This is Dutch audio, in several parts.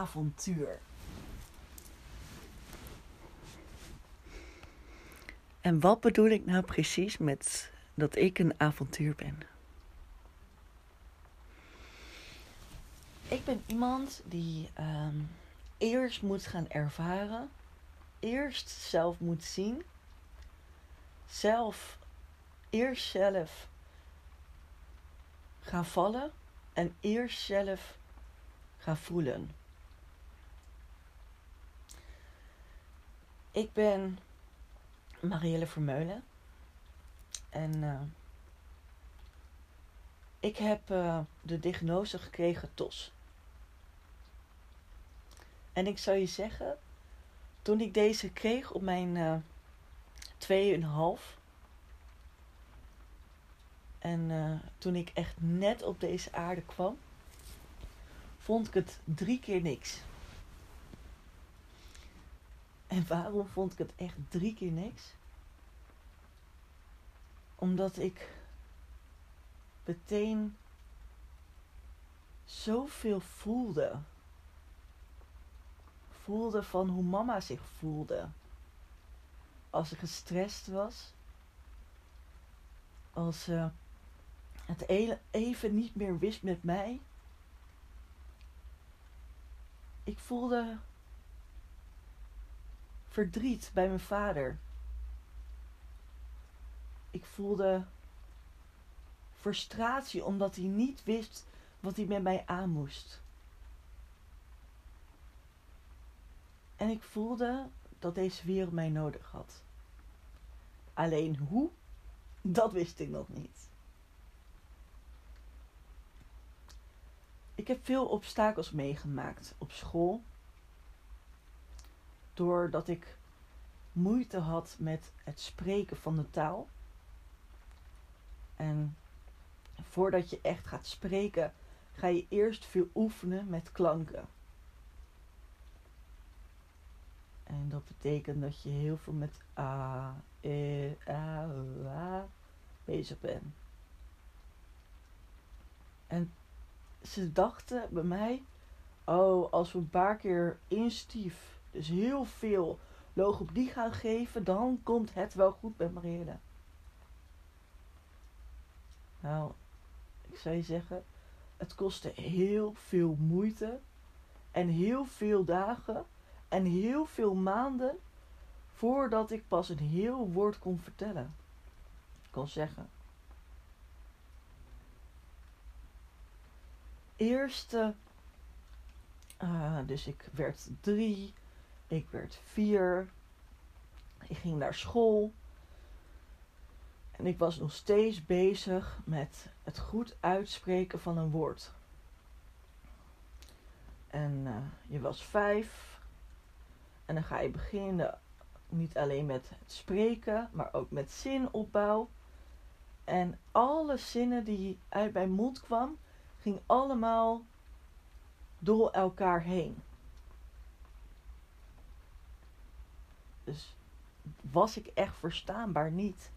avontuur. En wat bedoel ik nou precies met dat ik een avontuur ben? Ik ben iemand die eerst moet gaan ervaren, eerst zelf moet zien, eerst zelf gaan vallen en eerst zelf gaan voelen. Ik ben Marielle Vermeulen en ik heb de diagnose gekregen TOS. En ik zou je zeggen, toen ik deze kreeg op mijn 2,5 en toen ik echt net op deze aarde kwam, vond ik het 3 keer niks. En waarom vond ik het echt 3 keer niks? Omdat ik meteen zoveel voelde. Voelde van hoe mama zich voelde. Als ze gestrest was. Als ze het even niet meer wist met mij. Ik voelde verdriet bij mijn vader. Ik voelde frustratie omdat hij niet wist wat hij met mij aan moest. En ik voelde dat deze wereld mij nodig had. Alleen hoe? Dat wist ik nog niet. Ik heb veel obstakels meegemaakt op school. Doordat ik moeite had met het spreken van de taal. En voordat je echt gaat spreken, ga je eerst veel oefenen met klanken. En dat betekent dat je heel veel met a, e, a, a bezig bent. En ze dachten bij mij, oh, als we een paar keer instief, dus heel veel logopedie gaan geven, dan komt het wel goed met Marielle. Nou, ik zou je zeggen, het kostte heel veel moeite en heel veel dagen en heel veel maanden voordat ik pas een heel woord kon vertellen. Kon zeggen. Eerst, dus ik werd 3, ik werd 4, ik ging naar school. En ik was nog steeds bezig met het goed uitspreken van een woord. En je was 5. En dan ga je beginnen niet alleen met het spreken, maar ook met zinopbouw. En alle zinnen die uit mijn mond kwamen, gingen allemaal door elkaar heen. Dus was ik echt verstaanbaar niet.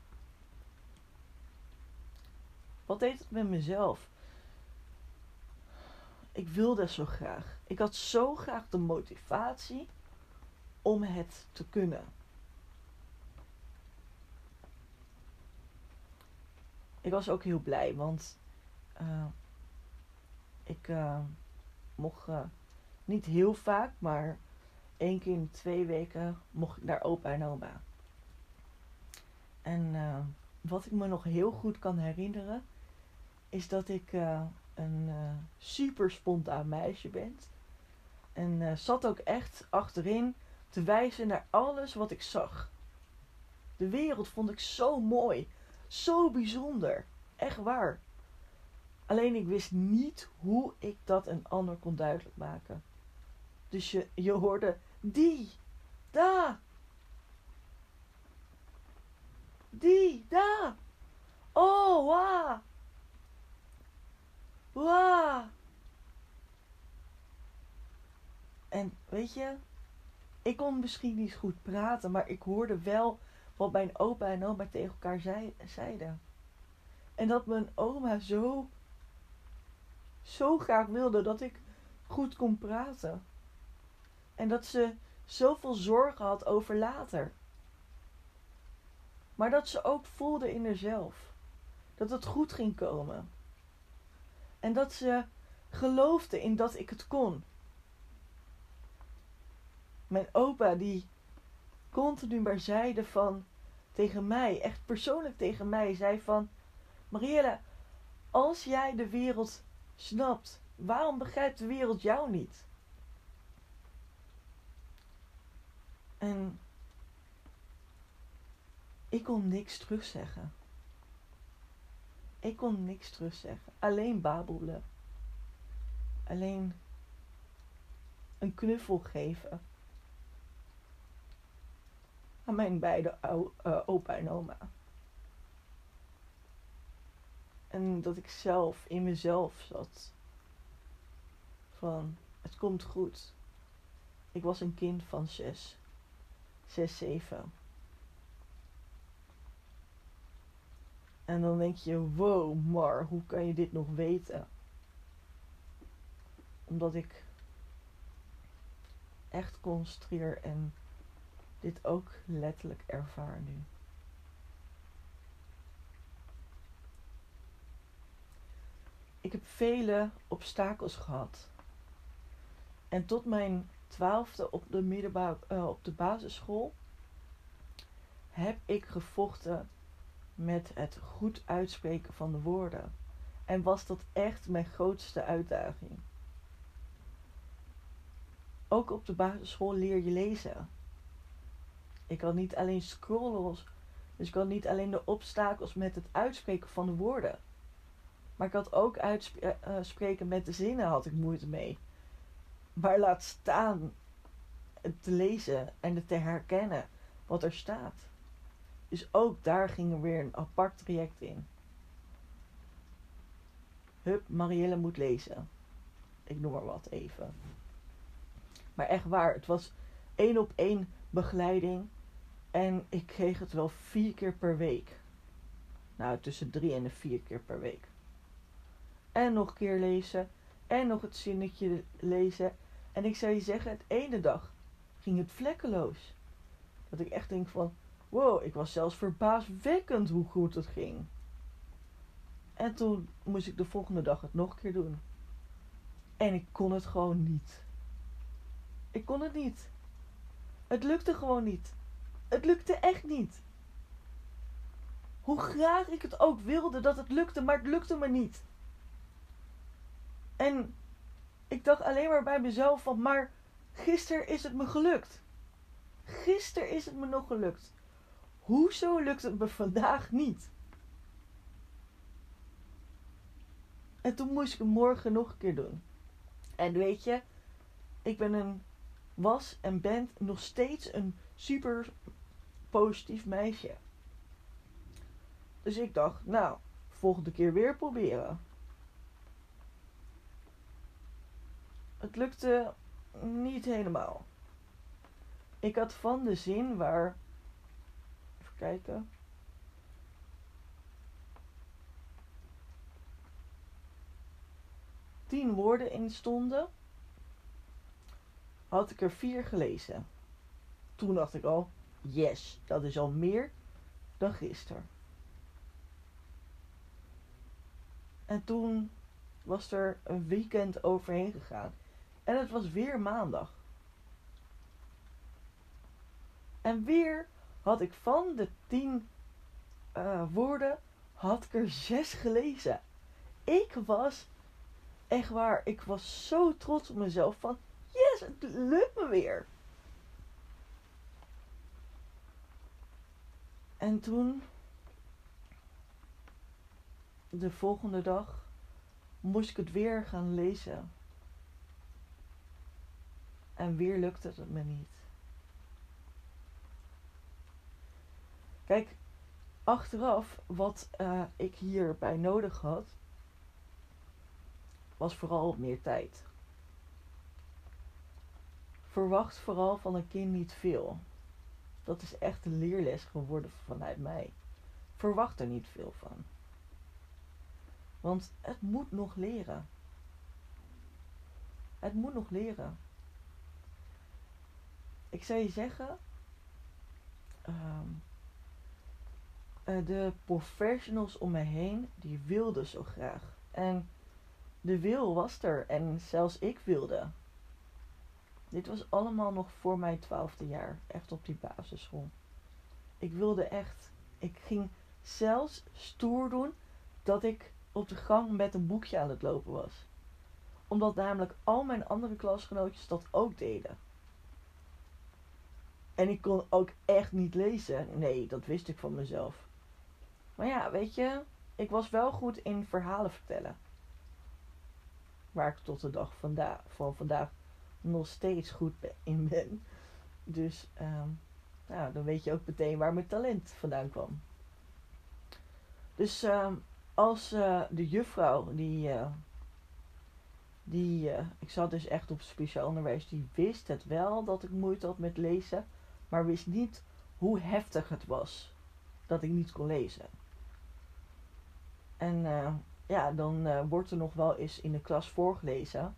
Wat deed het met mezelf? Ik wilde zo graag. Ik had zo graag de motivatie om het te kunnen. Ik was ook heel blij, want ik mocht niet heel vaak, maar 1 keer in 2 weken mocht ik naar opa en oma. En wat ik me nog heel goed kan herinneren, is dat ik een super spontaan meisje ben. En zat ook echt achterin te wijzen naar alles wat ik zag. De wereld vond ik zo mooi, zo bijzonder, echt waar. Alleen ik wist niet hoe ik dat een ander kon duidelijk maken. Dus je hoorde die, daar. Die, daar. Oh, wauw. Wauw. En weet je, ik kon misschien niet goed praten, maar ik hoorde wel wat mijn opa en oma tegen elkaar zeiden. En dat mijn oma zo graag wilde dat ik goed kon praten. En dat ze zoveel zorgen had over later. Maar dat ze ook voelde in haarzelf. Dat het goed ging komen. En dat ze geloofde in dat ik het kon. Mijn opa die continu maar zeide van tegen mij, echt persoonlijk tegen mij, zei van Marielle, als jij de wereld snapt, waarom begrijpt de wereld jou niet? En ik kon niks terugzeggen. Ik kon niks terugzeggen. Alleen babbelen. Alleen een knuffel geven. Aan mijn beide opa en oma. En dat ik zelf in mezelf zat. Van, het komt goed. Ik was een kind van 6, 7. En dan denk je, wow, Mar, hoe kan je dit nog weten? Omdat ik echt concentreer en dit ook letterlijk ervaar nu. Ik heb vele obstakels gehad. En tot mijn 12e op de basisschool heb ik gevochten met het goed uitspreken van de woorden. En was dat echt mijn grootste uitdaging. Ook op de basisschool leer je lezen. Ik kan niet alleen scrollen, dus ik had niet alleen de obstakels met het uitspreken van de woorden. Maar ik had ook uitspreken met de zinnen had ik moeite mee. Maar laat staan het te lezen en het te herkennen wat er staat. Dus ook daar ging er weer een apart traject in. Hup, Marielle moet lezen. Ik noem maar wat even. Maar echt waar, het was 1-op-1 begeleiding. En ik kreeg het wel 4 keer per week. Nou, tussen 3 en 4 keer per week. En nog een keer lezen. En nog het zinnetje lezen. En ik zou je zeggen, het ene dag ging het vlekkeloos. Dat ik echt denk van, wow, ik was zelfs verbaaswekkend hoe goed het ging. En toen moest ik de volgende dag het nog een keer doen. En ik kon het gewoon niet. Ik kon het niet. Het lukte gewoon niet. Het lukte echt niet. Hoe graag ik het ook wilde dat het lukte, maar het lukte me niet. En ik dacht alleen maar bij mezelf van, maar gisteren is het me gelukt. Gisteren is het me nog gelukt. Hoezo lukt het me vandaag niet? En toen moest ik het morgen nog een keer doen. En weet je, ik was en ben nog steeds een super positief meisje. Dus ik dacht, nou, volgende keer weer proberen. Het lukte niet helemaal. Ik had van de zin waar, even kijken, 10 woorden in stonden, had ik er 4 gelezen. Toen dacht ik al, yes, dat is al meer dan gisteren. En toen was er een weekend overheen gegaan. En het was weer maandag. En weer had ik van de 10 woorden, had ik er 6 gelezen. Ik was, echt waar, ik was zo trots op mezelf van, yes, het lukt me weer. En toen, de volgende dag, moest ik het weer gaan lezen. En weer lukte het me niet. Kijk, achteraf, wat ik hierbij nodig had, was vooral meer tijd. Verwacht vooral van een kind niet veel. Dat is echt een leerles geworden vanuit mij. Verwacht er niet veel van. Want het moet nog leren. Het moet nog leren. ik zou je zeggen, de professionals om me heen, die wilden zo graag. En de wil was er en zelfs ik wilde. Dit was allemaal nog voor mijn 12e jaar, echt op die basisschool. Ik wilde echt, ik ging zelfs stoer doen dat ik op de gang met een boekje aan het lopen was. Omdat namelijk al mijn andere klasgenootjes dat ook deden. En ik kon ook echt niet lezen. Nee, dat wist ik van mezelf. Maar ja, weet je, ik was wel goed in verhalen vertellen. Waar ik tot de dag van vandaag nog steeds goed in ben. Dus, nou, dan weet je ook meteen waar mijn talent vandaan kwam. Dus als de juffrouw, ik zat dus echt op speciaal onderwijs, die wist het wel dat ik moeite had met lezen, maar wist niet hoe heftig het was dat ik niet kon lezen. En ja, dan wordt er nog wel eens in de klas voorgelezen.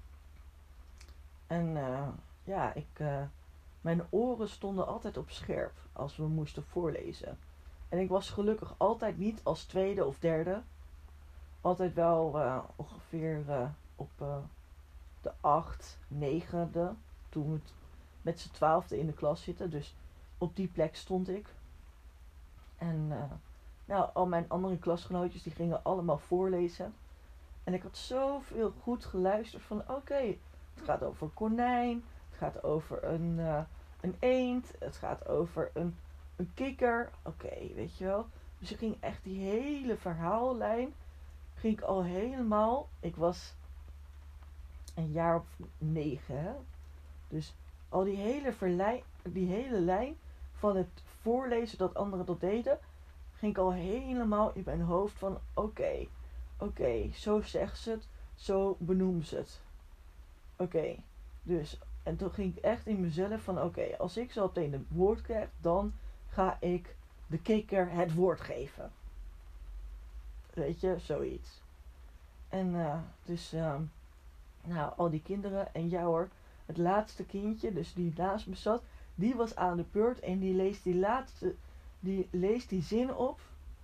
En ja, mijn oren stonden altijd op scherp als we moesten voorlezen. En ik was gelukkig altijd niet als tweede of derde. Altijd wel ongeveer op de 8, 9e. Toen we met z'n 12e in de klas zitten. Dus op die plek stond ik. En nou, al mijn andere klasgenootjes die gingen allemaal voorlezen. En ik had zoveel goed geluisterd van oké, het gaat over een konijn. Het gaat over een eend. Het gaat over een kikker. Oké, weet je wel. Dus ik ging echt die hele verhaallijn. Ging ik al helemaal. Ik was een jaar of 9. Hè? Dus al die hele lijn van het voorlezen dat anderen dat deden. Ging ik al helemaal in mijn hoofd van oké, zo zegt ze het. Zo benoemen ze het. Oké, dus. En toen ging ik echt in mezelf van oké, als ik zo meteen een woord krijg, dan ga ik de kikker het woord geven. Weet je, zoiets. En dus, nou, al die kinderen en jou hoor, het laatste kindje, dus die naast me zat, die was aan de beurt en die leest die zin op.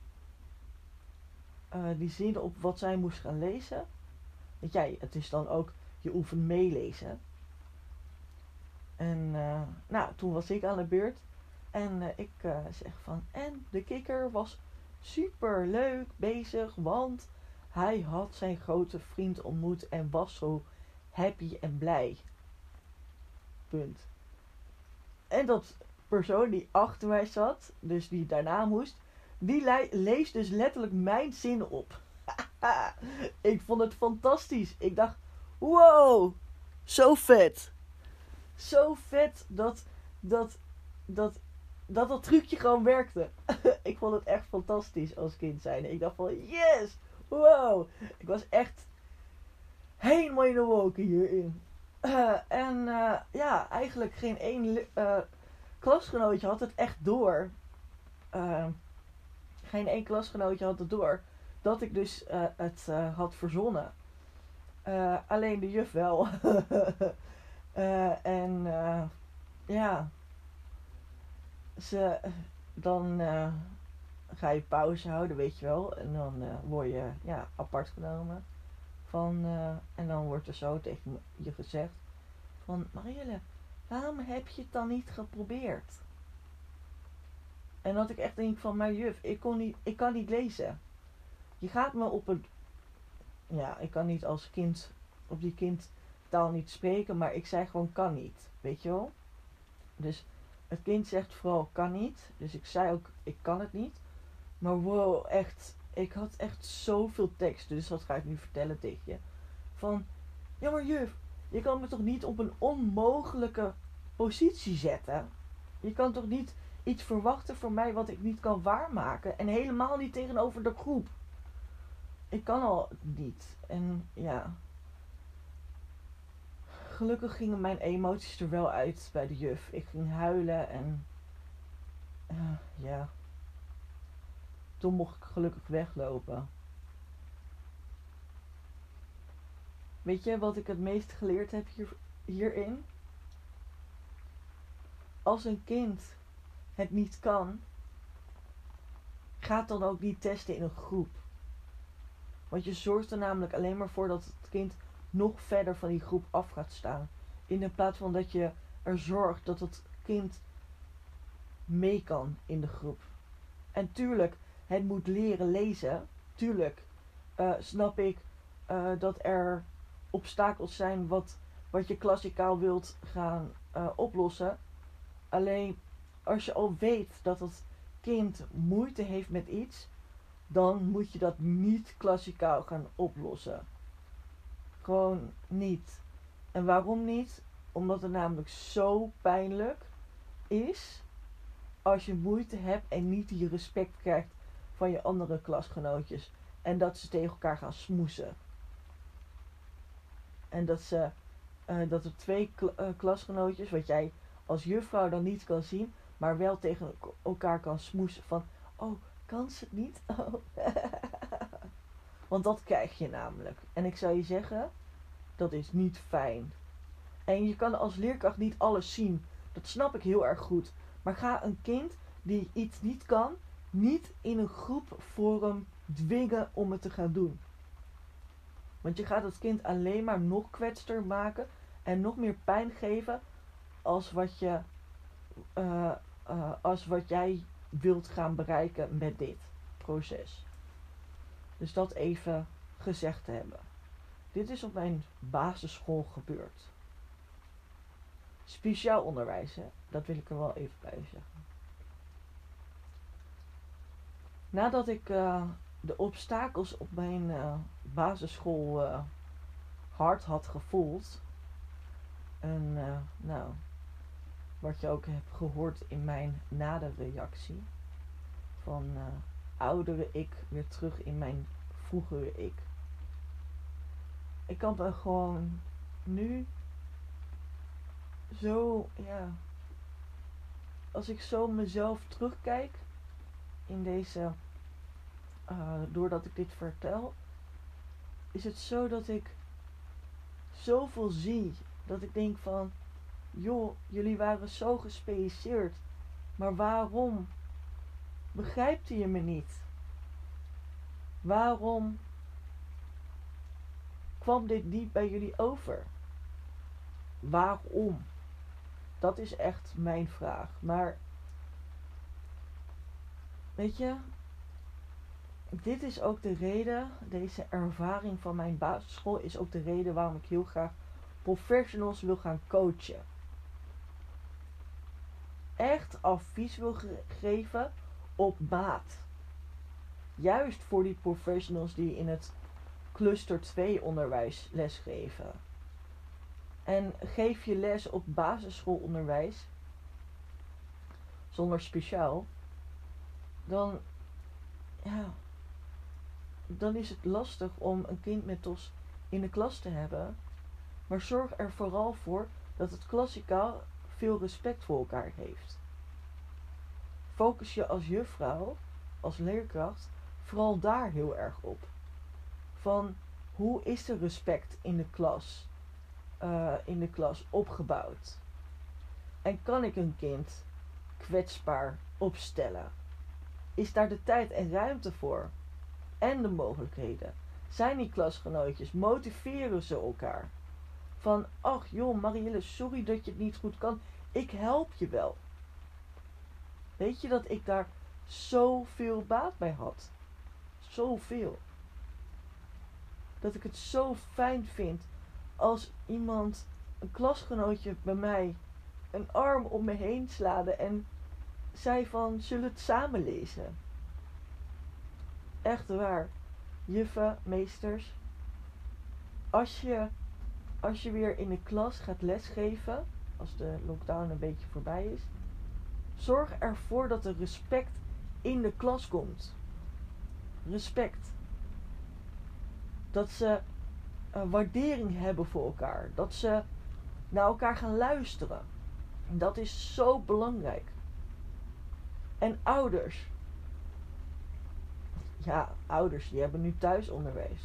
Die zin op wat zij moest gaan lezen. Weet jij, het is dan ook, je oefent meelezen. En nou, toen was ik aan de beurt. En ik zeg van, en de kikker was super leuk bezig, want hij had zijn grote vriend ontmoet en was zo happy en blij. Punt. En dat persoon die achter mij zat, dus die daarna moest, die leest dus letterlijk mijn zinnen op. Ik vond het fantastisch. Ik dacht, wow, zo vet. Zo vet dat trucje gewoon werkte. Ik vond het echt fantastisch als kind zijnde. Ik dacht van, yes, wow. Ik was echt helemaal in de wolken hierin. En ja, eigenlijk geen één klasgenootje had het echt door. Geen één klasgenootje had het door dat ik dus het had verzonnen. Alleen de juf wel. En ja, dan ga je pauze houden, weet je wel. En dan word je apart genomen. En dan wordt er zo tegen je gezegd van, Marielle, waarom heb je het dan niet geprobeerd? En dat ik echt denk van, maar juf, ik kan niet lezen. Je gaat me op een, ik kan niet als kind op die kindtaal niet spreken, maar ik zei gewoon kan niet, weet je wel. Dus het kind zegt vooral kan niet, dus ik zei ook ik kan het niet. Maar wow, echt, ik had echt zoveel tekst, dus dat ga ik nu vertellen tegen je. Van, ja maar juf, je kan me toch niet op een onmogelijke positie zetten? Je kan toch niet iets verwachten van mij wat ik niet kan waarmaken? En helemaal niet tegenover de groep. Ik kan al niet. En ja, gelukkig gingen mijn emoties er wel uit bij de juf. Ik ging huilen en ja, toen mocht ik gelukkig weglopen. Weet je wat ik het meest geleerd heb hierin? als een kind het niet kan, ga het dan ook niet testen in een groep. Want je zorgt er namelijk alleen maar voor dat het kind nog verder van die groep af gaat staan. In plaats van dat je er zorgt dat het kind mee kan in de groep. En tuurlijk, het moet leren lezen. Tuurlijk snap ik dat er obstakels zijn wat je klassikaal wilt gaan oplossen. Alleen als je al weet dat het kind moeite heeft met iets, dan moet je dat niet klassikaal gaan oplossen. Gewoon niet. En waarom niet? Omdat het namelijk zo pijnlijk is als je moeite hebt en niet die respect krijgt van je andere klasgenootjes. En dat ze tegen elkaar gaan smoesen. En dat er twee klasgenootjes, wat jij als juffrouw dan niet kan zien, maar wel tegen elkaar kan smoesen van, oh, kan ze het niet? Oh. Want dat krijg je namelijk. En ik zou je zeggen, dat is niet fijn. En je kan als leerkracht niet alles zien. Dat snap ik heel erg goed. Maar ga een kind die iets niet kan, niet in een groepvorm dwingen om het te gaan doen. Want je gaat het kind alleen maar nog kwetster maken en nog meer pijn geven als wat jij wilt gaan bereiken met dit proces. Dus dat even gezegd te hebben. Dit is op mijn basisschool gebeurd. Speciaal onderwijs, hè? Dat wil ik er wel even bij zeggen. Nadat ik de obstakels op mijn basisschool hard had gevoeld. En wat je ook hebt gehoord in mijn naderreactie. Van oudere ik weer terug in mijn vroegere ik. Ik kan me gewoon nu zo, ja. Als ik zo mezelf terugkijk in deze, doordat ik dit vertel, is het zo dat ik zoveel zie. Dat ik denk van, joh, jullie waren zo gespecialiseerd. Maar waarom begrijpte je me niet? Waarom kwam dit niet bij jullie over? Waarom? Dat is echt mijn vraag. Maar, weet je, dit is ook de reden, deze ervaring van mijn basisschool is ook de reden waarom ik heel graag professionals wil gaan coachen. Echt advies wil geven op maat. Juist voor die professionals die in het cluster 2 onderwijs lesgeven. En geef je les op basisschoolonderwijs, zonder speciaal, dan is het lastig om een kind met TOS in de klas te hebben. Maar zorg er vooral voor dat het klassikaal veel respect voor elkaar heeft. Focus je als juffrouw, als leerkracht, vooral daar heel erg op. Van, hoe is de respect in de klas opgebouwd? En kan ik een kind kwetsbaar opstellen? Is daar de tijd en ruimte voor? En de mogelijkheden? Zijn die klasgenootjes? Motiveren ze elkaar? Van, ach joh Marielle, sorry dat je het niet goed kan. Ik help je wel. Weet je dat ik daar zoveel baat bij had? Zoveel. Dat ik het zo fijn vind als iemand, een klasgenootje bij mij, een arm om me heen slaande en zei van, zullen we het samen lezen? Echt waar. Juffen, meesters. Als je weer in de klas gaat lesgeven, als de lockdown een beetje voorbij is, zorg ervoor dat er respect in de klas komt. Respect. Dat ze waardering hebben voor elkaar. Dat ze naar elkaar gaan luisteren. Dat is zo belangrijk. En ouders. Ja, ouders die hebben nu thuisonderwijs.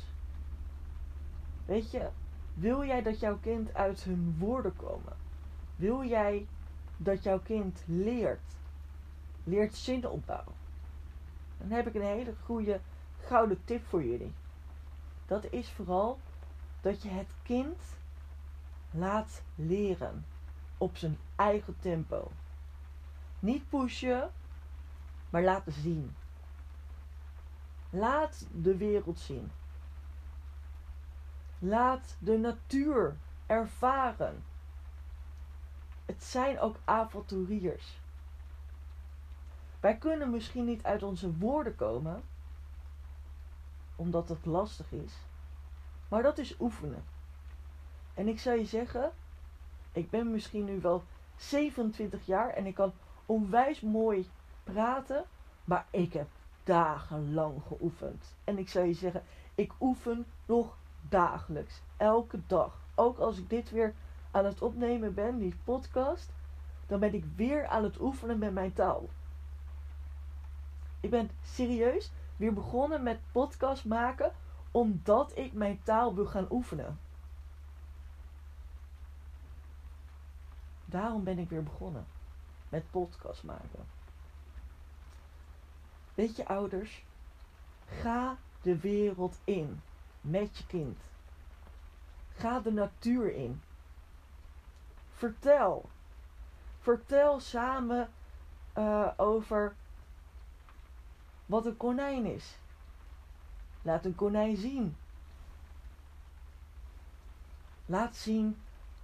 Weet je, wil jij dat jouw kind uit hun woorden komen? Wil jij dat jouw kind leert zinopbouw, dan heb ik een hele goede gouden tip voor jullie. Dat is vooral dat je het kind laat leren op zijn eigen tempo. Niet pushen, maar laten zien. Laat de wereld zien. Laat de natuur ervaren. Het zijn ook avonturiers. Wij kunnen misschien niet uit onze woorden komen, omdat het lastig is, maar dat is oefenen. En ik zou je zeggen, ik ben misschien nu wel 27 jaar en ik kan onwijs mooi praten, maar ik heb dagenlang geoefend. En ik zou je zeggen, ik oefen nog dagelijks, elke dag. Ook als ik dit weer aan het opnemen ben, die podcast, dan ben ik weer aan het oefenen met mijn taal. Ik ben serieus weer begonnen met podcast maken, omdat ik mijn taal wil gaan oefenen. Daarom ben ik weer begonnen met podcast maken. Weet je, ouders, ga de wereld in met je kind. Ga de natuur in. Vertel. Vertel samen over wat een konijn is. Laat een konijn zien. Laat zien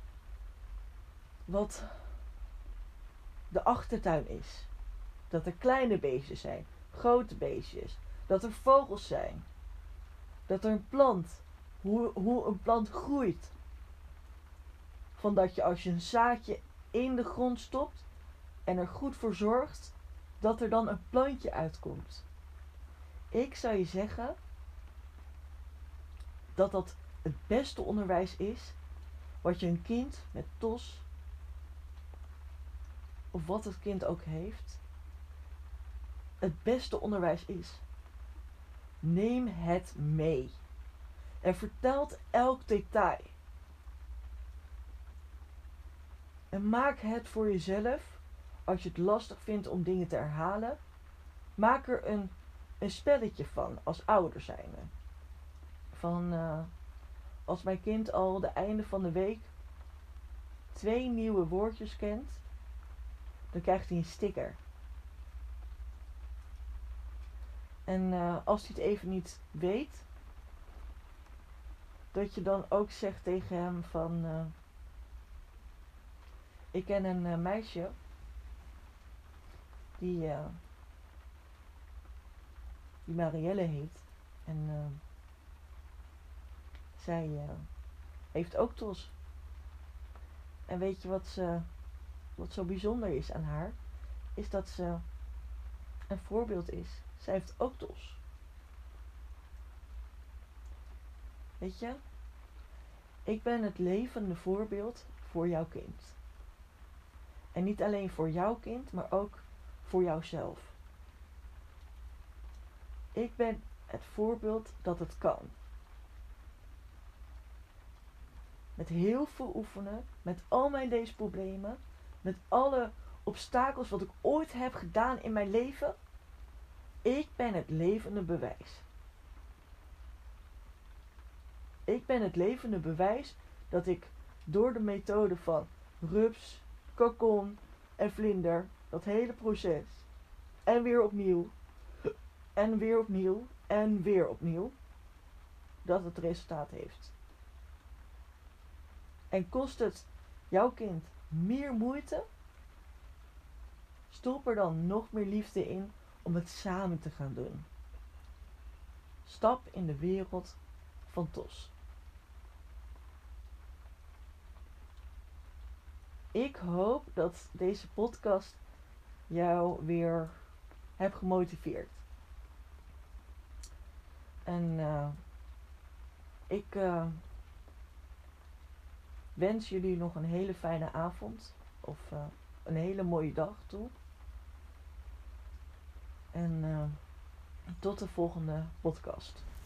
wat de achtertuin is. Dat er kleine beestjes zijn, grote beestjes. Dat er vogels zijn. Dat er een plant, hoe een plant groeit. Van dat je als je een zaadje in de grond stopt en er goed voor zorgt, dat er dan een plantje uitkomt. Ik zou je zeggen dat dat het beste onderwijs is wat je een kind met TOS, of wat het kind ook heeft, het beste onderwijs is. Neem het mee. En vertelt elk detail. En maak het voor jezelf, als je het lastig vindt om dingen te herhalen, maak er een spelletje van als ouder zijnde. Van als mijn kind al de einde van de week 2 nieuwe woordjes kent, dan krijgt hij een sticker. En als hij het even niet weet, dat je dan ook zegt tegen hem van ik ken een meisje die Marielle heet. En zij heeft ook TOS. En weet je wat zo bijzonder is aan haar? Is dat ze een voorbeeld is. Zij heeft ook TOS. Weet je? Ik ben het levende voorbeeld voor jouw kind. En niet alleen voor jouw kind, maar ook voor jouzelf. Ik ben het voorbeeld dat het kan. Met heel veel oefenen, met al mijn deze problemen, met alle obstakels wat ik ooit heb gedaan in mijn leven. Ik ben het levende bewijs. Ik ben het levende bewijs dat ik door de methode van rups, kokon en vlinder, dat hele proces, en weer opnieuw, en weer opnieuw, en weer opnieuw, dat het resultaat heeft. En kost het jouw kind meer moeite, stop er dan nog meer liefde in om het samen te gaan doen. Stap in de wereld van TOS. Ik hoop dat deze podcast jou weer heeft gemotiveerd. En ik wens jullie nog een hele fijne avond of een hele mooie dag toe. En tot de volgende podcast.